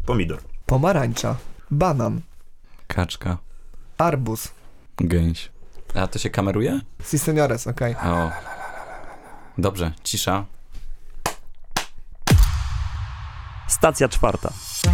Pomidor. Pomarańcza. Banan. Kaczka. Arbuz. Gęś. A to się kameruje? Si seniores, okej. O. Dobrze, cisza. Stacja czwarta.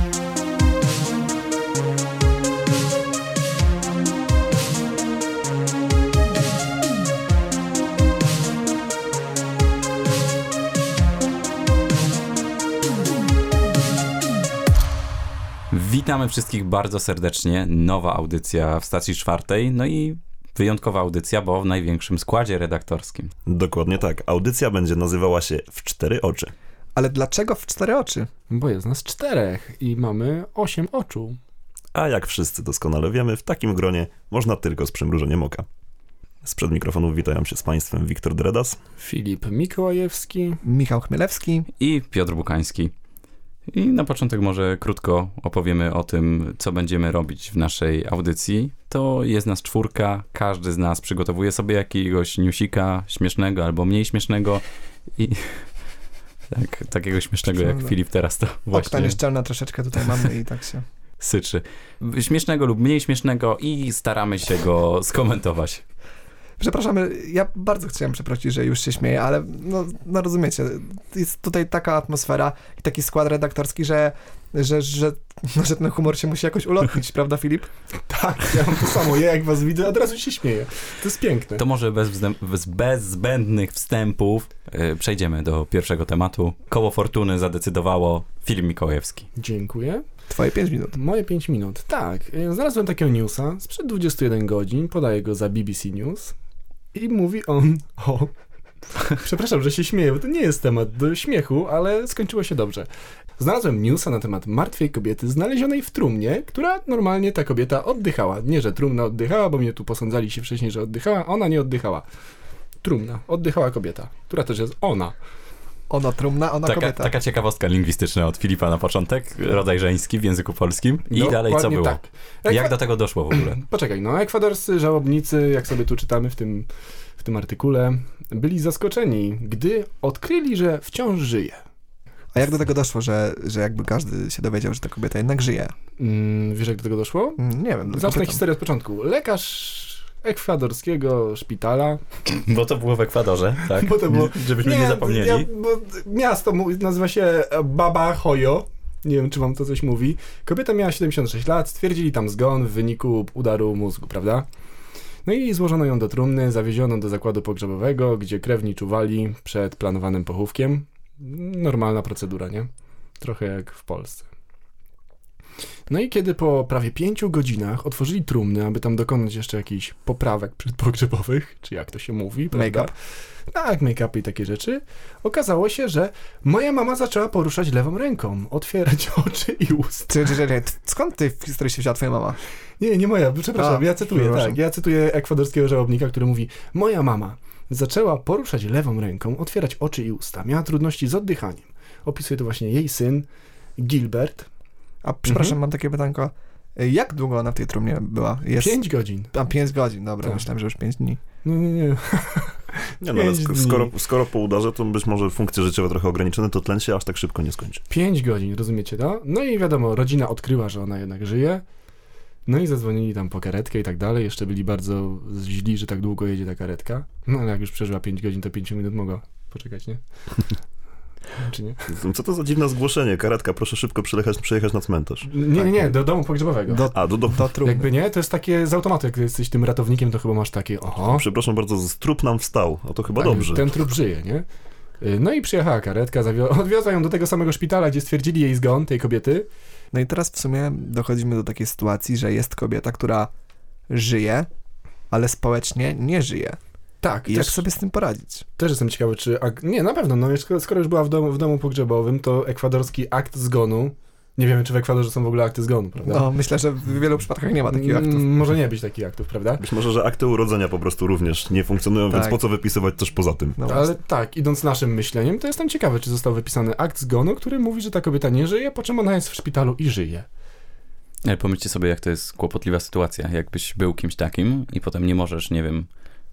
Witamy wszystkich bardzo serdecznie. Nowa audycja w stacji czwartej. No i wyjątkowa audycja, bo w największym składzie redaktorskim. Dokładnie tak. Audycja będzie nazywała się W 4 oczy. Ale dlaczego w 4 oczy? Bo jest nas 4 i mamy 8 oczu. A jak wszyscy doskonale wiemy, w takim gronie można tylko z przymrużeniem oka. Sprzed mikrofonów witają się z Państwem Wiktor Dredas, Filip Mikołajewski. Michał Chmielewski. I Piotr Bukański. I na początek może krótko opowiemy o tym, co będziemy robić w naszej audycji. To jest nas 4, każdy z nas przygotowuje sobie jakiegoś newsika śmiesznego albo mniej śmiesznego i tak, takiego śmiesznego jak Filip teraz to Okna właśnie nieszczelna troszeczkę tutaj mamy i tak się... syczy. Śmiesznego lub mniej śmiesznego i staramy się go skomentować. Przepraszamy, ja bardzo chciałem przeprosić, że już się śmieję, ale no rozumiecie, jest tutaj taka atmosfera i taki skład redaktorski, że ten humor się musi jakoś ulotnić, prawda Filip? Tak, ja mam to samo. Ja jak was widzę, od razu się śmieję. To jest piękne. To może bez zbędnych wstępów przejdziemy do pierwszego tematu. Koło fortuny zadecydowało Filip Mikołajewski. Dziękuję. Twoje 5 minut. Moje 5 minut. Tak. Znalazłem takiego newsa sprzed 21 godzin, podaję go za BBC News i mówi on o... Przepraszam, że się śmieję, bo to nie jest temat do śmiechu, ale skończyło się dobrze. Znalazłem newsa na temat martwej kobiety znalezionej w trumnie, która normalnie ta kobieta oddychała. Nie, że trumna oddychała, bo mnie tu posądzali się wcześniej, że oddychała, ona nie oddychała. Trumna. Oddychała kobieta, która też jest ona. Ona trumna, ona kobieta. Taka ciekawostka lingwistyczna od Filipa na początek, rodzaj żeński w języku polskim. I No, dalej co było? Tak. Jak do tego doszło w ogóle? Poczekaj, ekwadorscy żałobnicy, jak sobie tu czytamy w tym artykule, byli zaskoczeni, gdy odkryli, że wciąż żyje. A jak do tego doszło, że jakby każdy się dowiedział, że ta kobieta jednak żyje? Wiesz, jak do tego doszło? Nie wiem. Zacznę historię od początku. Lekarz ekwadorskiego szpitala. Bo to było w Ekwadorze, tak? Bo to było... Żebyśmy nie zapomnieli. Bo miasto nazywa się Babahoyo. Nie wiem, czy wam to coś mówi. Kobieta miała 76 lat, stwierdzili tam zgon w wyniku udaru mózgu, prawda? No i złożono ją do trumny, zawieziono do zakładu pogrzebowego, gdzie krewni czuwali przed planowanym pochówkiem. Normalna procedura, nie? Trochę jak w Polsce. No i kiedy po prawie 5 godzinach otworzyli trumny, aby tam dokonać jeszcze jakichś poprawek przedpogrzebowych, czy jak to się mówi, prawda? Make-up. Tak, make-up i takie rzeczy. Okazało się, że moja mama zaczęła poruszać lewą ręką, otwierać oczy i ust. Czyli, skąd ty w historii się wzięła twoja mama? Nie moja, przepraszam, ja cytuję ekwadorskiego żałobnika, który mówi: moja mama zaczęła poruszać lewą ręką, otwierać oczy i usta. Miała trudności z oddychaniem. Opisuje to właśnie jej syn, Gilbert. A przepraszam, mam takie pytanko. Jak długo ona w tej trumnie była? 5 godzin. A 5 godzin, dobra, tak. Myślałem, że już 5 dni. Nie. Nie, no, ale skoro po udarze, to być może funkcje życiowe trochę ograniczone, to tlen się aż tak szybko nie skończy. 5 godzin, rozumiecie to? No i wiadomo, rodzina odkryła, że ona jednak żyje. No i zadzwonili tam po karetkę i tak dalej. Jeszcze byli bardzo źli, że tak długo jedzie ta karetka. No ale jak już przeżyła 5 godzin, to 5 minut mogła poczekać, nie? Czy nie? Co to za dziwne zgłoszenie? Karetka, proszę szybko przejechać na cmentarz. Nie, do domu pogrzebowego. Do trumny. Jakby nie, to jest takie z automatu, jak jesteś tym ratownikiem, to chyba masz takie, oho. Przepraszam bardzo, trup nam wstał, a to chyba dobrze. Ten trup żyje, nie? No i przyjechała karetka, odwiozła ją do tego samego szpitala, gdzie stwierdzili jej zgon, tej kobiety. No i teraz w sumie dochodzimy do takiej sytuacji, że jest kobieta, która żyje, ale społecznie nie żyje. Tak. I jak sobie z tym poradzić? Też jestem ciekawy, czy... Nie, na pewno, skoro już była w domu pogrzebowym, to ekwadorski akt zgonu... Nie wiemy, czy w Ekwadorze są w ogóle akty zgonu, prawda? No, myślę, że w wielu przypadkach nie ma takich aktów. Może nie być takich aktów, prawda? Być może, że akty urodzenia po prostu również nie funkcjonują, tak. Więc po co wypisywać coś poza tym? No ale tak, idąc naszym myśleniem, to jestem ciekawy, czy został wypisany akt zgonu, który mówi, że ta kobieta nie żyje, po czym ona jest w szpitalu i żyje. Ale pomyślcie sobie, jak to jest kłopotliwa sytuacja. Jakbyś był kimś takim i potem nie możesz, nie wiem,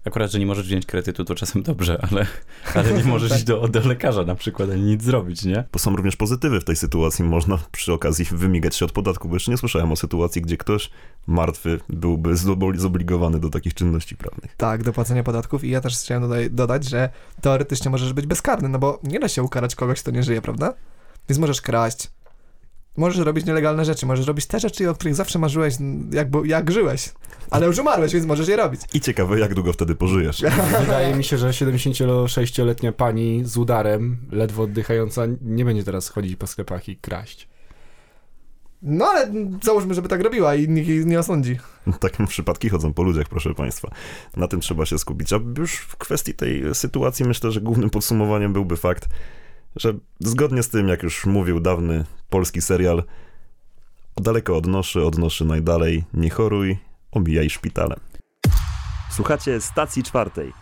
Akurat, że nie możesz wziąć kredytu, to czasem dobrze, ale nie możesz iść do lekarza na przykład, ani nic zrobić, nie? Bo są również pozytywy w tej sytuacji. Można przy okazji wymigać się od podatku, bo jeszcze nie słyszałem o sytuacji, gdzie ktoś martwy byłby zobligowany do takich czynności prawnych. Tak, do płacenia podatków i ja też chciałem dodać, że teoretycznie możesz być bezkarny, no bo nie da się ukarać kogoś, kto nie żyje, prawda? Więc możesz kraść, możesz robić nielegalne rzeczy, możesz robić te rzeczy, o których zawsze marzyłeś, jak żyłeś, ale już umarłeś, więc możesz je robić. I ciekawe, jak długo wtedy pożyjesz. Wydaje mi się, że 76-letnia pani z udarem, ledwo oddychająca, nie będzie teraz chodzić po sklepach i kraść. No ale załóżmy, żeby tak robiła i nikt jej nie osądzi. Takie przypadki chodzą po ludziach, proszę państwa. Na tym trzeba się skupić. A już w kwestii tej sytuacji myślę, że głównym podsumowaniem byłby fakt, że zgodnie z tym, jak już mówił dawny polski serial, daleko odnoszy najdalej, nie choruj, omijaj szpitale. Słuchacie Stacji Czwartej.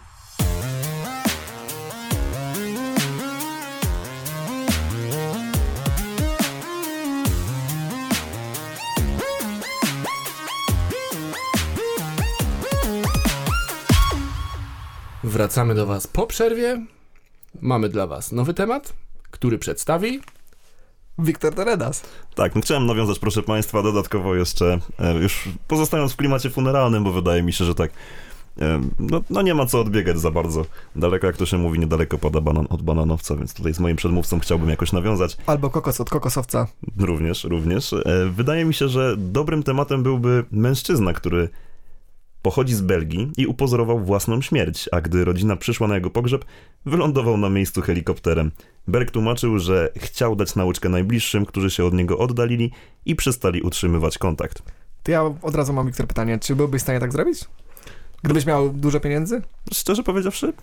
Wracamy do was po przerwie. Mamy dla was nowy temat, który przedstawi... Wiktor Teredas. Tak, no chciałem nawiązać, proszę państwa, dodatkowo jeszcze, już pozostając w klimacie funeralnym, bo wydaje mi się, że tak, no nie ma co odbiegać za bardzo daleko, jak to się mówi, niedaleko pada banan od bananowca, więc tutaj z moim przedmówcą chciałbym jakoś nawiązać. Albo kokos od kokosowca. Również. Wydaje mi się, że dobrym tematem byłby mężczyzna, który pochodzi z Belgii i upozorował własną śmierć, a gdy rodzina przyszła na jego pogrzeb, wylądował na miejscu helikopterem. Berg tłumaczył, że chciał dać nauczkę najbliższym, którzy się od niego oddalili i przestali utrzymywać kontakt. To ja od razu mam, Wiktor, pytanie. Czy byłbyś w stanie tak zrobić? Gdybyś miał dużo pieniędzy? Szczerze powiedziawszy,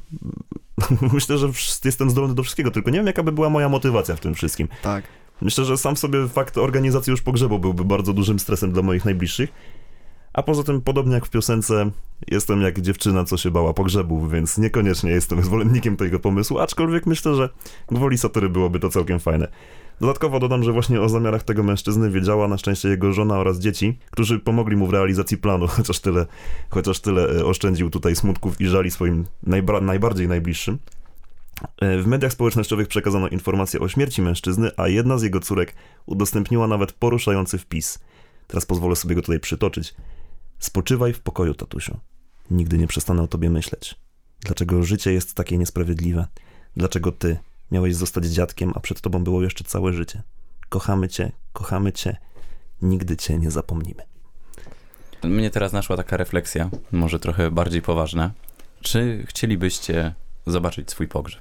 myślę, że jestem zdolny do wszystkiego, tylko nie wiem, jaka by była moja motywacja w tym wszystkim. Tak. Myślę, że sam w sobie fakt organizacji już pogrzebu byłby bardzo dużym stresem dla moich najbliższych. A poza tym, podobnie jak w piosence, jestem jak dziewczyna, co się bała pogrzebów, więc niekoniecznie jestem zwolennikiem tego pomysłu, aczkolwiek myślę, że gwoli satyry byłoby to całkiem fajne. Dodatkowo dodam, że właśnie o zamiarach tego mężczyzny wiedziała na szczęście jego żona oraz dzieci, którzy pomogli mu w realizacji planu, chociaż tyle oszczędził tutaj smutków i żali swoim najbardziej najbliższym. W mediach społecznościowych przekazano informację o śmierci mężczyzny, a jedna z jego córek udostępniła nawet poruszający wpis. Teraz pozwolę sobie go tutaj przytoczyć. Spoczywaj w pokoju, tatusiu. Nigdy nie przestanę o tobie myśleć. Dlaczego życie jest takie niesprawiedliwe? Dlaczego ty miałeś zostać dziadkiem, a przed tobą było jeszcze całe życie? Kochamy cię. Nigdy cię nie zapomnimy. Mnie teraz naszła taka refleksja, może trochę bardziej poważna. Czy chcielibyście zobaczyć swój pogrzeb?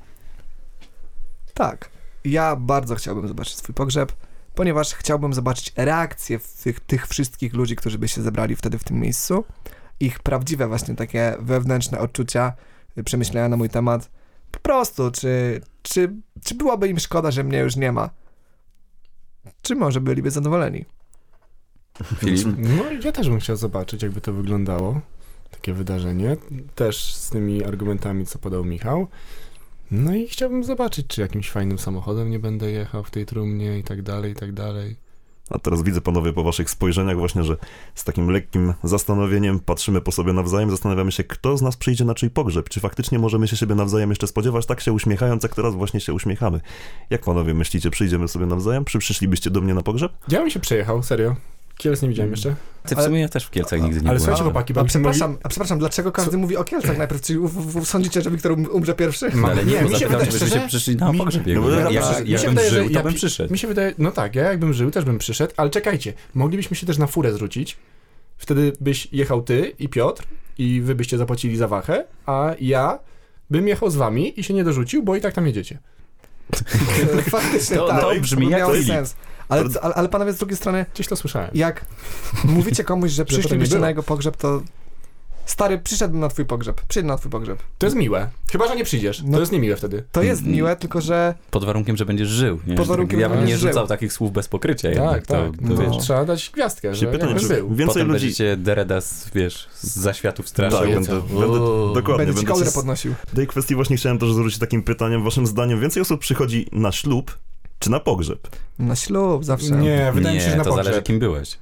Tak. Ja bardzo chciałbym zobaczyć swój pogrzeb, ponieważ chciałbym zobaczyć reakcję tych wszystkich ludzi, którzy by się zebrali wtedy w tym miejscu. Ich prawdziwe właśnie takie wewnętrzne odczucia, przemyślenia na mój temat. Po prostu, czy byłaby im szkoda, że mnie już nie ma? Czy może byliby zadowoleni? Filip? No, ja też bym chciał zobaczyć, jakby to wyglądało, takie wydarzenie. Też z tymi argumentami, co podał Michał. No i chciałbym zobaczyć, czy jakimś fajnym samochodem nie będę jechał w tej trumnie i tak dalej, i tak dalej. A teraz widzę, panowie, po waszych spojrzeniach właśnie, że z takim lekkim zastanowieniem patrzymy po sobie nawzajem, zastanawiamy się, kto z nas przyjdzie na czyj pogrzeb, czy faktycznie możemy się siebie nawzajem jeszcze spodziewać, tak się uśmiechając, jak teraz właśnie się uśmiechamy. Jak panowie myślicie, przyjdziemy sobie nawzajem? Przyszlibyście do mnie na pogrzeb? Ja bym się przejechał, serio. Kielc nie widziałem jeszcze. Ty w sumie ja też w Kielcach nigdy nie Ale byłem. słuchajcie, chłopaki, bo Przepraszam, dlaczego każdy mówi o Kielcach najpierw? Czy sądzicie, że Wiktor umrze pierwszy? Ale nie, mi się zapytam, wydaje, czy byście szczerze, przyszli na pogrzeb jego. no bo Jakbym żył, to bym przyszedł. Mi się wydaje, no tak, ja jakbym żył, też bym przyszedł, ale czekajcie, moglibyśmy się też na furę zrzucić. Wtedy byś jechał ty i Piotr i wy byście zapłacili za wachę, a ja bym jechał z wami i się nie dorzucił, bo i tak tam jedziecie. Faktycznie To- tak. to brzmi jak miało Filip. sens. Ale panowie, z drugiej strony, Gdzieś to słyszałem. jak mówicie komuś, że potem nie przyszlibyście było. na jego pogrzeb, to stary, przyszedł na twój pogrzeb. Przyjdź na twój pogrzeb. To jest miłe. Chyba, że nie przyjdziesz. No. To jest niemiłe wtedy. To jest miłe, tylko że Pod warunkiem, że będziesz żył. Nie? Pod warunkiem, ja że bym nie będziesz żył. rzucał takich słów bez pokrycia jednak. Tak. To No. wiesz. Trzeba dać gwiazdkę, że pytanie, jakby czy był. więcej Potem ludzi... będziecie Deredas, wiesz, z zaświatów straszył. Tak, dokładnie. będzie ci kołdrę Będziecie- podnosił. Do tej kwestii właśnie chciałem też zwrócić takim pytaniem. Waszym zdaniem więcej osób przychodzi na ślub czy na pogrzeb? Na ślub zawsze. Nie, wydaje mi się, że na to zależy, pogrzeb. kim byłeś.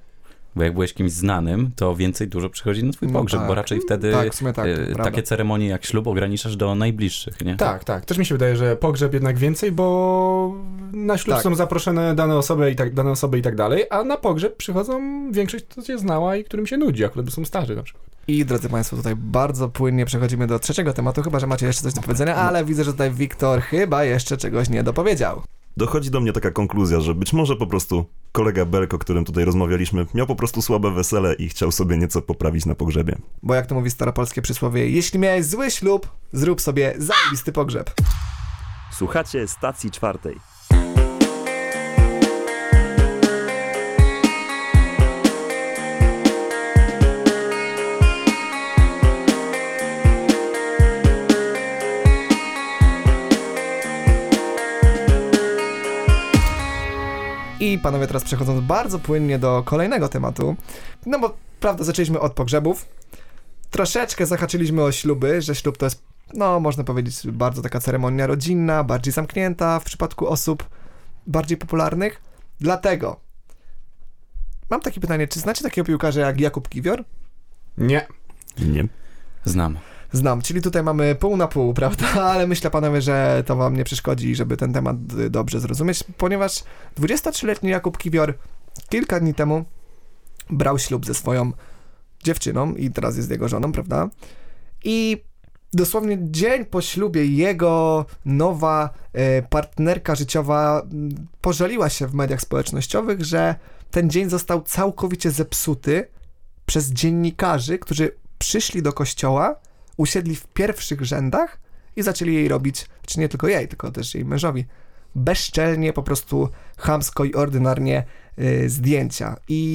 Bo jak byłeś kimś znanym, to więcej dużo przychodzi na twój pogrzeb, tak. bo raczej wtedy Tak, w sumie tak, prawda. takie ceremonie jak ślub ograniczasz do najbliższych, nie? Tak. Też mi się wydaje, że pogrzeb jednak więcej, bo na ślub Tak. są zaproszone dane osoby i tak dalej, a na pogrzeb przychodzą większość, kto cię znała i którym się nudzi, akurat bo są starzy na przykład. I drodzy Państwo, tutaj bardzo płynnie przechodzimy do trzeciego tematu, chyba że macie jeszcze coś do powiedzenia, ale widzę, że tutaj Wiktor chyba jeszcze czegoś nie dopowiedział. Dochodzi do mnie taka konkluzja, że być może po prostu kolega Belko, o którym tutaj rozmawialiśmy, miał po prostu słabe wesele i chciał sobie nieco poprawić na pogrzebie. Bo jak to mówi staropolskie przysłowie, jeśli miałeś zły ślub, zrób sobie zajebisty pogrzeb. Słuchacie stacji czwartej. I panowie, teraz przechodząc bardzo płynnie do kolejnego tematu, no bo prawda, zaczęliśmy od pogrzebów, troszeczkę zahaczyliśmy o śluby, że ślub to jest, no można powiedzieć, bardzo taka ceremonia rodzinna, bardziej zamknięta w przypadku osób bardziej popularnych, dlatego mam takie pytanie, czy znacie takiego piłkarza jak Jakub Kiwior? Nie. Nie? Znam. Znam, czyli tutaj mamy pół na pół, prawda? Ale myślę, panowie, że to wam nie przeszkodzi, żeby ten temat dobrze zrozumieć, ponieważ 23-letni Jakub Kiwior kilka dni temu brał ślub ze swoją dziewczyną i teraz jest jego żoną, prawda? I dosłownie dzień po ślubie jego nowa partnerka życiowa pożaliła się w mediach społecznościowych, że ten dzień został całkowicie zepsuty przez dziennikarzy, którzy przyszli do kościoła, usiedli w pierwszych rzędach i zaczęli jej robić, czy nie tylko jej, tylko też jej mężowi, bezczelnie, po prostu chamsko i ordynarnie zdjęcia.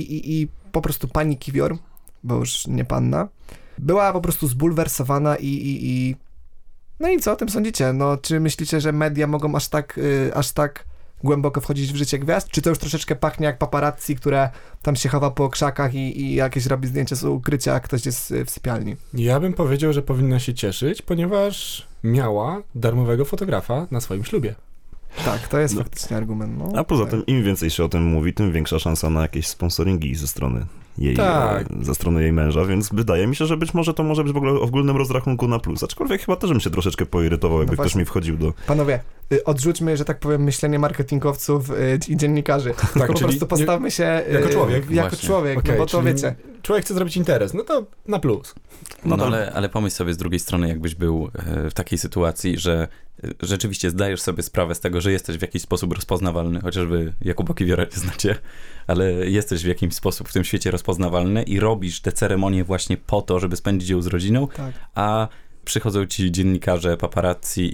I po prostu pani Kiwior, bo już nie panna, była po prostu zbulwersowana i no i co o tym sądzicie? No, czy myślicie, że media mogą aż tak głęboko wchodzić w życie gwiazd? Czy to już troszeczkę pachnie jak paparazzi, które tam się chowa po krzakach i jakieś robi zdjęcia z ukrycia, jak ktoś jest w sypialni? Ja bym powiedział, że powinna się cieszyć, ponieważ miała darmowego fotografa na swoim ślubie. Tak, to jest faktycznie argument. No, A poza tak. tym im więcej się o tym mówi, tym większa szansa na jakieś sponsoringi ze strony jej, Tak. ze strony jej męża, więc wydaje mi się, że być może to może być w ogóle o ogólnym rozrachunku na plus. Aczkolwiek chyba też bym się troszeczkę poirytował, jakby ktoś właśnie. mi wchodził do... Panowie, odrzućmy, że tak powiem, myślenie marketingowców i dziennikarzy. Tylko po czyli prostu postawmy się jako człowiek. jako Właśnie. człowiek, Okej, no bo to czyli wiecie. Człowiek chce zrobić interes, no to na plus. No, to- ale pomyśl sobie z drugiej strony, jakbyś był w takiej sytuacji, że rzeczywiście zdajesz sobie sprawę z tego, że jesteś w jakiś sposób rozpoznawalny, chociażby Jakuba Kiwiora nie znacie, ale jesteś w jakiś sposób w tym świecie rozpoznawalny i robisz te ceremonie właśnie po to, żeby spędzić ją z rodziną, Tak. a przychodzą ci dziennikarze, paparazzi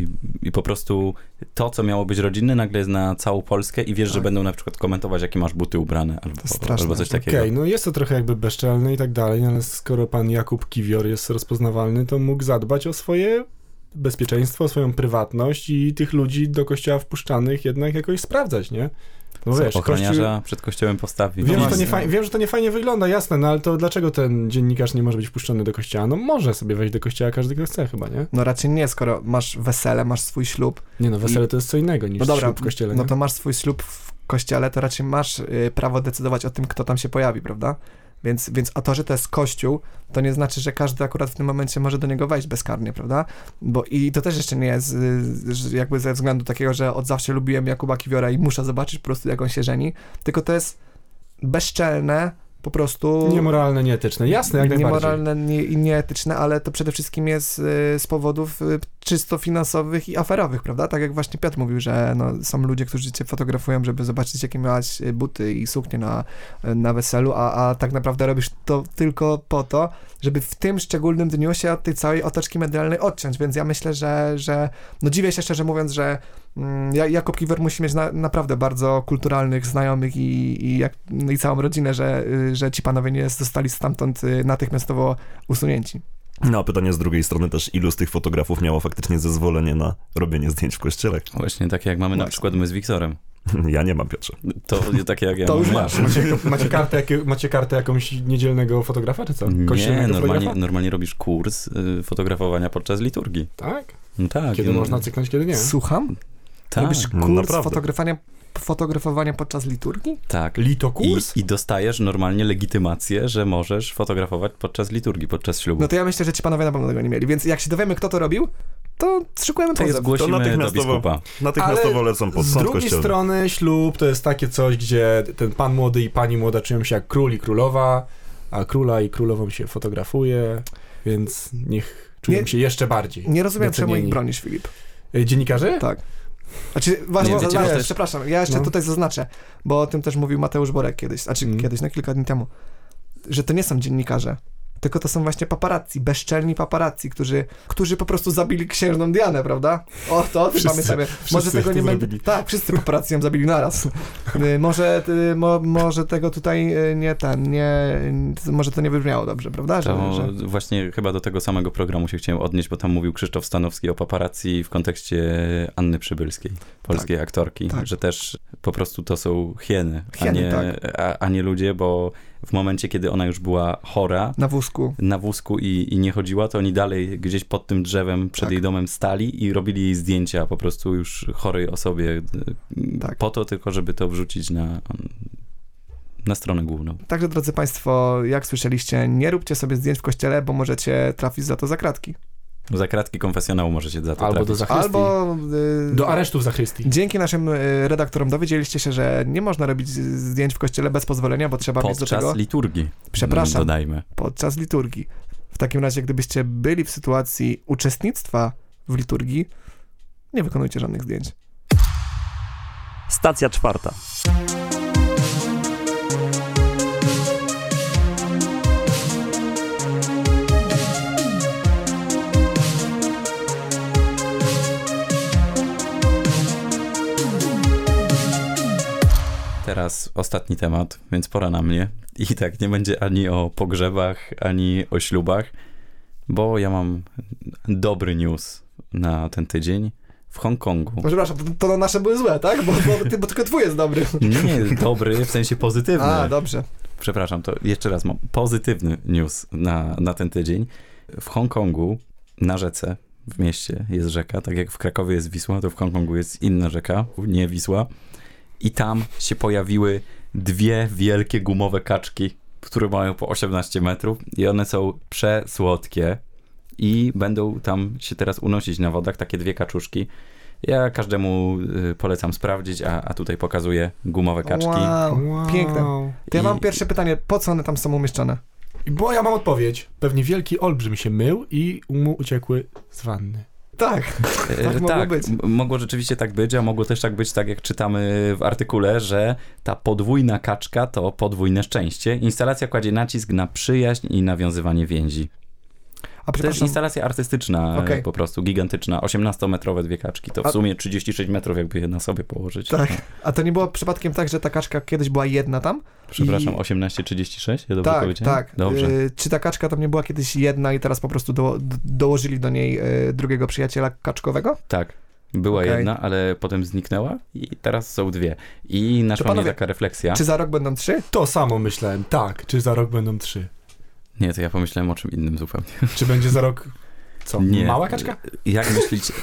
i po prostu to, co miało być rodzinne, nagle jest na całą Polskę i wiesz, że Tak. będą na przykład komentować, jakie masz buty ubrane straszne. albo coś takiego. Okej, no jest to trochę jakby bezczelne i tak dalej, ale skoro pan Jakub Kiwior jest rozpoznawalny, to mógł zadbać o swoje bezpieczeństwo, o swoją prywatność i tych ludzi do kościoła wpuszczanych jednak jakoś sprawdzać, nie? No wiesz, Ochroniarza przed kościołem postawi. Wiem, No że to właśnie. wiem, że to nie fajnie wygląda, jasne, no ale to dlaczego ten dziennikarz nie może być wpuszczony do kościoła? No może sobie wejść do kościoła każdy, kto chce chyba, nie? No raczej nie, skoro masz wesele, masz swój ślub. Nie no, wesele to jest co innego niż No dobra, ślub w kościele, no nie? to masz swój ślub w kościele, to raczej masz prawo decydować o tym, kto tam się pojawi, prawda? Więc a to, że to jest kościół, to nie znaczy, że każdy akurat w tym momencie może do niego wejść bezkarnie, prawda? Bo i to też jeszcze nie jest jakby ze względu takiego, że od zawsze lubiłem Jakuba Kiwiora i muszę zobaczyć po prostu, jak on się żeni, tylko to jest bezczelne, po prostu... Niemoralne, nieetyczne, jasne, jak najbardziej. Niemoralne i nieetyczne, ale to przede wszystkim jest z powodów czysto finansowych i aferowych, prawda? Tak jak właśnie Piotr mówił, że no, są ludzie, którzy cię fotografują, żeby zobaczyć, jakie miałaś buty i suknie na weselu, a tak naprawdę robisz to tylko po to, żeby w tym szczególnym dniu się od tej całej otoczki medialnej odciąć, więc ja myślę, że no dziwię się szczerze mówiąc, że Jakub Kiwior musi mieć naprawdę bardzo kulturalnych znajomych i całą rodzinę, że ci panowie nie zostali stamtąd natychmiastowo usunięci. No a pytanie z drugiej strony też, ilu z tych fotografów miało faktycznie zezwolenie na robienie zdjęć w kościele? Właśnie takie jak mamy na Właśnie. przykład my z Wiktorem. Ja nie mam, Piotrze. To takie jak ja To mam. już masz. Macie kartę jakąś niedzielnego fotografa, czy co? Nie, Kościelnego fotografa? normalnie robisz kurs fotografowania podczas liturgii. Tak? No tak. Kiedy można cyknąć, kiedy nie? Słucham? Tak. Robisz No kurs naprawdę. fotografowania fotografowania podczas liturgii? Tak. Litokurs? I dostajesz normalnie legitymację, że możesz fotografować podczas liturgii, podczas ślubu. No to ja myślę, że ci panowie na pewno tego nie mieli, więc jak się dowiemy, kto to robił, to szykujemy to pozew. zgłosimy To do natychmiastowo- biskupa. Natychmiastowo lecą pod z sąd drugiej kościelny. strony ślub to jest takie coś, gdzie ten pan młody i pani młoda czują się jak król i królowa, a króla i królową się fotografuje, więc niech czują Nie- się jeszcze bardziej. Nie rozumiem, czemu docenieni. ich bronisz, Filip. Dziennikarze? Tak. Znaczy, właśnie, wiecie, to też- przepraszam, ja jeszcze No. tutaj zaznaczę, bo o tym też mówił Mateusz Borek kiedyś, kiedyś, kilka dni temu, że to nie są dziennikarze, tylko to są właśnie paparazzi, bezczelni paparazzi, którzy po prostu zabili księżną Dianę, prawda? O, to pamiętamy. Może tego to nie będzie. zrobili. Tak, wszyscy paparazzi ją zabili naraz. Może tego tutaj może to nie wybrzmiało dobrze, prawda? To właśnie chyba do tego samego programu się chciałem odnieść, bo tam mówił Krzysztof Stanowski o paparazzi w kontekście Anny Przybylskiej, polskiej aktorki, tak. że też po prostu to są hieny, Hieny, a nie ludzie, bo w momencie, kiedy ona już była chora na wózku i nie chodziła, to oni dalej gdzieś pod tym drzewem przed Tak. jej domem stali i robili jej zdjęcia po prostu już chorej osobie Tak. po to tylko, żeby to wrzucić na stronę główną. Także, drodzy Państwo, jak słyszeliście, nie róbcie sobie zdjęć w kościele, bo możecie trafić za to za kratki. Za kratki konfesjonału możecie za to Albo trafić. do zachrystii. Albo Do aresztu w zachrystii. dzięki naszym redaktorom dowiedzieliście się, że nie można robić zdjęć w kościele bez pozwolenia, bo trzeba mieć do Podczas tego liturgii. Przepraszam. Dodajmy. podczas liturgii. W takim razie, gdybyście byli w sytuacji uczestnictwa w liturgii, nie wykonujcie żadnych zdjęć. Stacja czwarta. Teraz ostatni temat, więc pora na mnie. I tak nie będzie ani o pogrzebach, ani o ślubach, bo ja mam dobry news na ten tydzień. W Hongkongu. No, przepraszam, to nasze były złe, tak? Bo tylko twój jest dobry. Nie, dobry w sensie pozytywny. A, dobrze. Przepraszam, to jeszcze raz mam pozytywny news na ten tydzień. W Hongkongu na rzece, w mieście jest rzeka, tak jak w Krakowie jest Wisła, to w Hongkongu jest inna rzeka, nie Wisła. I tam się pojawiły dwie wielkie gumowe kaczki, które mają po 18 metrów i one są przesłodkie i będą tam się teraz unosić na wodach, takie dwie kaczuszki. Ja każdemu polecam sprawdzić, a tutaj pokazuję gumowe kaczki. Wow, piękne. To ja mam I- pierwsze pytanie, po co one tam są umieszczone? Bo ja mam odpowiedź. Pewnie wielki olbrzym się mył i mu uciekły z wanny. Tak, tak mogło być. Mogło rzeczywiście tak być, a mogło też tak być, tak jak czytamy w artykule, że ta podwójna kaczka to podwójne szczęście. Instalacja kładzie nacisk na przyjaźń i nawiązywanie więzi. A To jest przepraszam, instalacja artystyczna, Okej. po prostu gigantyczna. 18-metrowe dwie kaczki. To w A- sumie 36 metrów, jakby je na sobie położyć. tak. A to nie było przypadkiem tak, że ta kaczka kiedyś była jedna tam? Przepraszam, I- 18-36? Ja dobrze Tak, powiedziałem? tak. Dobrze. Czy ta kaczka tam nie była kiedyś jedna i teraz po prostu dołożyli do niej drugiego przyjaciela kaczkowego? Tak. Była Okej. jedna, ale potem zniknęła i teraz są dwie. I naszła mnie panowie, taka refleksja. Czy za rok będą 3? To samo myślałem. Tak, czy za rok będą 3? Nie, to ja pomyślałem o czym innym zupełnie. Czy będzie za rok... Co? Nie. Mała kaczka? Jak myślicie...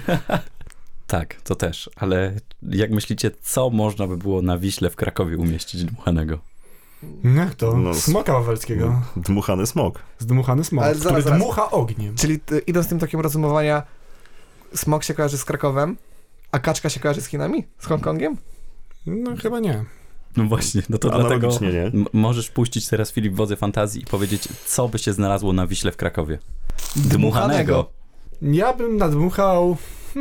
Tak, to też, ale jak myślicie, co można by było na Wiśle w Krakowie umieścić dmuchanego? Jak to? No, Smoka wawelskiego. Dmuchany smok. Zdmuchany smok, Ale który zaraz. dmucha ogniem. Czyli idąc tym tokiem rozumowania, smok się kojarzy z Krakowem, a kaczka się kojarzy z Chinami? Z Hongkongiem? No chyba nie. No właśnie, no to dlatego Analogicznie, nie? możesz puścić teraz, Filip, wodze fantazji i powiedzieć, co by się znalazło na Wiśle w Krakowie. Dmuchanego. Ja bym nadmuchał...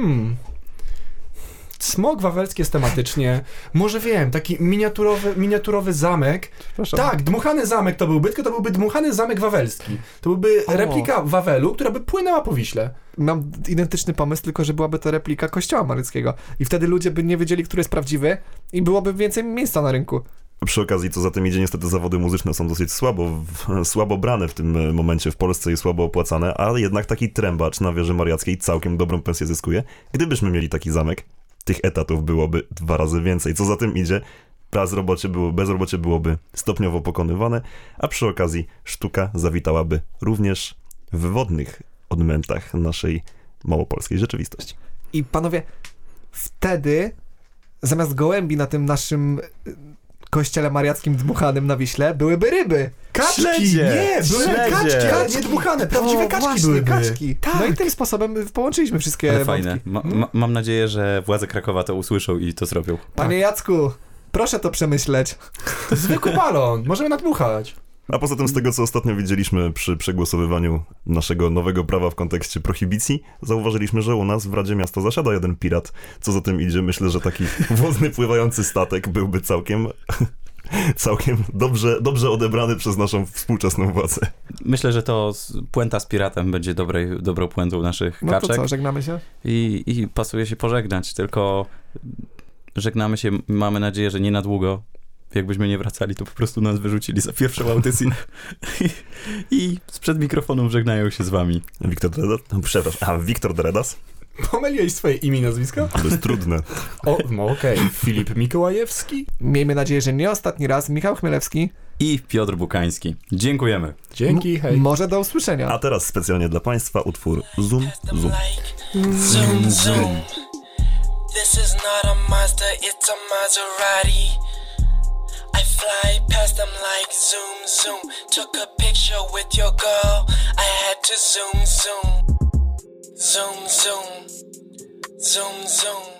Smok wawelski jest tematycznie. Może wiem, taki miniaturowy zamek. Przepraszam. Tak, dmuchany zamek to byłby, tylko to byłby dmuchany zamek wawelski. To byłby O. replika Wawelu, która by płynęła po Wiśle. Mam identyczny pomysł, tylko że byłaby to replika kościoła maryckiego. I wtedy ludzie by nie wiedzieli, który jest prawdziwy i byłoby więcej miejsca na rynku. Przy okazji, co za tym idzie, niestety zawody muzyczne są dosyć słabo brane w tym momencie w Polsce i słabo opłacane, ale jednak taki trębacz na Wieży Mariackiej całkiem dobrą pensję zyskuje. Gdybyśmy mieli taki zamek, tych etatów byłoby 2 razy więcej. Co za tym idzie, bezrobocie byłoby stopniowo pokonywane, a przy okazji sztuka zawitałaby również w wodnych odmętach naszej małopolskiej rzeczywistości. I panowie, wtedy zamiast gołębi na tym naszym kościele mariackim dmuchanym na Wiśle byłyby ryby. Kaczki! Śledzie! Nie, były Śledzie! kaczki, ale nie dmuchane, prawdziwe kaczki właśnie, byłyby. kaczki. Tak. No i tym sposobem połączyliśmy wszystkie Ale wątki. fajne. Mam nadzieję, że władze Krakowa to usłyszą i to zrobią. Panie Jacku, proszę to przemyśleć. To zwykły balon, możemy nadmuchać. A poza tym z tego, co ostatnio widzieliśmy przy przegłosowywaniu naszego nowego prawa w kontekście prohibicji, zauważyliśmy, że u nas w Radzie Miasta zasiada jeden pirat. Co za tym idzie, myślę, że taki wodny, pływający statek byłby całkiem dobrze odebrany przez naszą współczesną władzę. Myślę, że to puenta z piratem będzie dobrą puentą naszych No kaczek. to co, żegnamy się? I pasuje się pożegnać, tylko żegnamy się, mamy nadzieję, że nie na długo. Jakbyśmy nie wracali, to po prostu nas wyrzucili za pierwszą audycję. I sprzed mikrofonu żegnają się z wami. Wiktor Dredas? Przepraszam, Wiktor Dredas? Pomyliłeś swoje imię i nazwisko? To jest trudne. Okej. Filip Mikołajewski. Miejmy nadzieję, że nie ostatni raz. Michał Chmielewski. I Piotr Bukański. Dziękujemy. Dzięki, hej. Może do usłyszenia. A teraz specjalnie dla Państwa utwór Zoom, Zoom. Zoom, zoom. This is not a Mazda, it's a Maserati. I fly past them like zoom, zoom. Took a picture with your girl, I had to zoom, zoom. Zoom, zoom. Zoom, zoom.